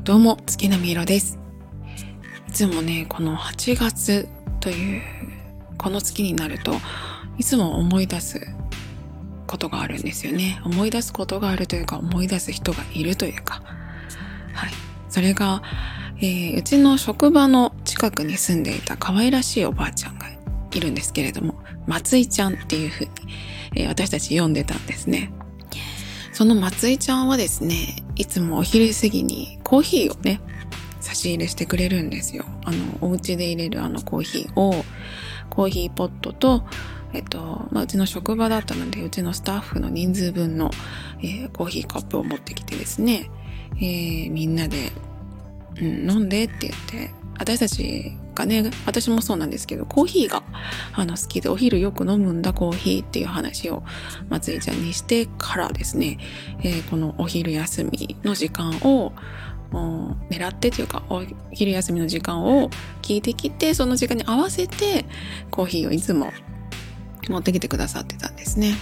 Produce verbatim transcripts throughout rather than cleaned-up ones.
どうも、月並みいろです。いつもね、このはちがつというこの月になるといつも思い出すことがあるんですよね。思い出すことがあるというか、思い出す人がいるというか、はい、それが、えー、うちの職場の近くに住んでいた可愛らしいおばあちゃんがいるんですけれども、松井ちゃんっていうふうに、えー、私たち呼んでたんですね。その松井ちゃんはですね、いつもお昼過ぎにコーヒーをね、差し入れしてくれるんですよ。あの、お家で入れるあのコーヒーを、コーヒーポットと、えっと、まあ、うちの職場だったので、うちのスタッフの人数分の、えー、コーヒーカップを持ってきてですね、えー、みんなで、うん、飲んでって言って、私たちがね、私もそうなんですけど、コーヒーがあの好きで、お昼よく飲むんだコーヒーっていう話を松井ちゃんにしてからですね、えー、このお昼休みの時間を狙ってというか、お昼休みの時間を聞いてきて、その時間に合わせてコーヒーをいつも持ってきてくださってたんですね。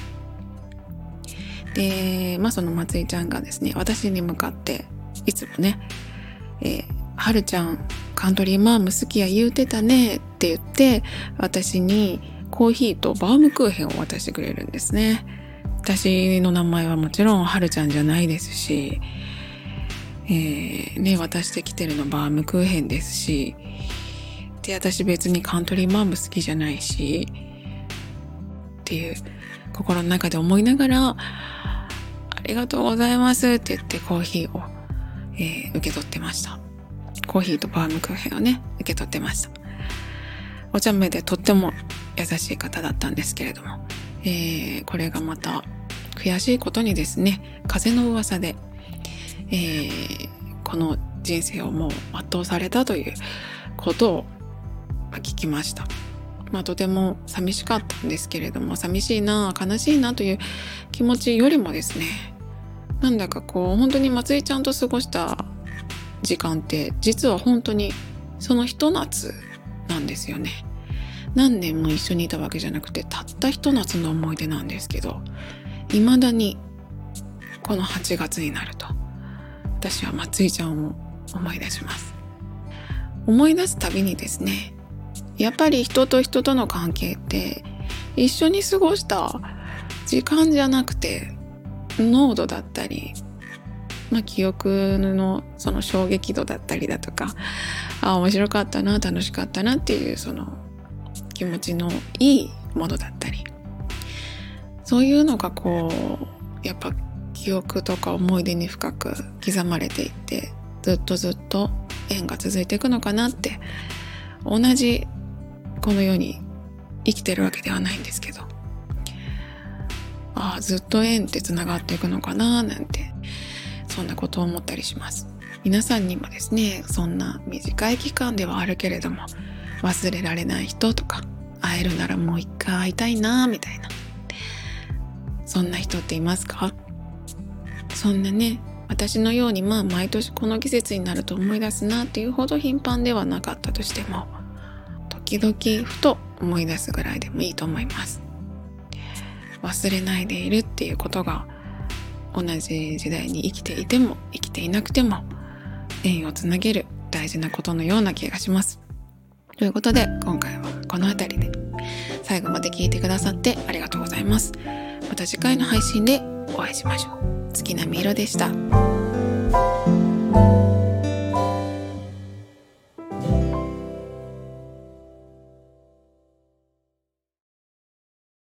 で、まあその松井ちゃんがですね、私に向かっていつもね、えー、はるちゃんカントリーマーム好きや言うてたねって言って、私にコーヒーとバームクーヘンを渡してくれるんですね。私の名前はもちろんはるちゃんじゃないですし、えー、ね、渡してきてるのバームクーヘンですし、で、私別にカントリーマーム好きじゃないしっていう心の中で思いながら、ありがとうございますって言ってコーヒーを、えー、受け取ってました。コーヒーとバームクーヘンをね、受け取ってました。お茶目でとっても優しい方だったんですけれども、えー、これがまた悔しいことにですね、風の噂で、えー、この人生をもう全うされたということを聞きました。まあとても寂しかったんですけれども、寂しいな、悲しいなという気持ちよりもですね、なんだかこう本当に松井ちゃんと過ごした時間って実は本当にそのひと夏なんですよね。何年も一緒にいたわけじゃなくて、たったひと夏の思い出なんですけど、未だにこのはちがつになると私は松井ちゃんを思い出します。思い出すたびにですね、やっぱり人と人との関係って一緒に過ごした時間じゃなくて濃度だったり、まあ、記憶のその衝撃度だったりだとか、あ、面白かったな、楽しかったなっていうその気持ちのいいものだったり、そういうのがこうやっぱ記憶とか思い出に深く刻まれていって、ずっとずっと縁が続いていくのかなって、同じこの世に生きてるわけではないんですけど、ああ、ずっと縁ってつながっていくのかななんて、そんなことを思ったりします。皆さんにもですね、そんな短い期間ではあるけれども忘れられない人とか、会えるならもう一回会いたいなみたいな、そんな人っていますか？そんなね、私のようにまあ毎年この季節になると思い出すなっていうほど頻繁ではなかったとしても、時々ふと思い出すぐらいでもいいと思います。忘れないでいるっていうことが、同じ時代に生きていても生きていなくても縁をつなげる大事なことのような気がします。ということで今回はこの辺りで、最後まで聞いてくださってありがとうございます。また次回の配信でお会いしましょう。月並みいろでした。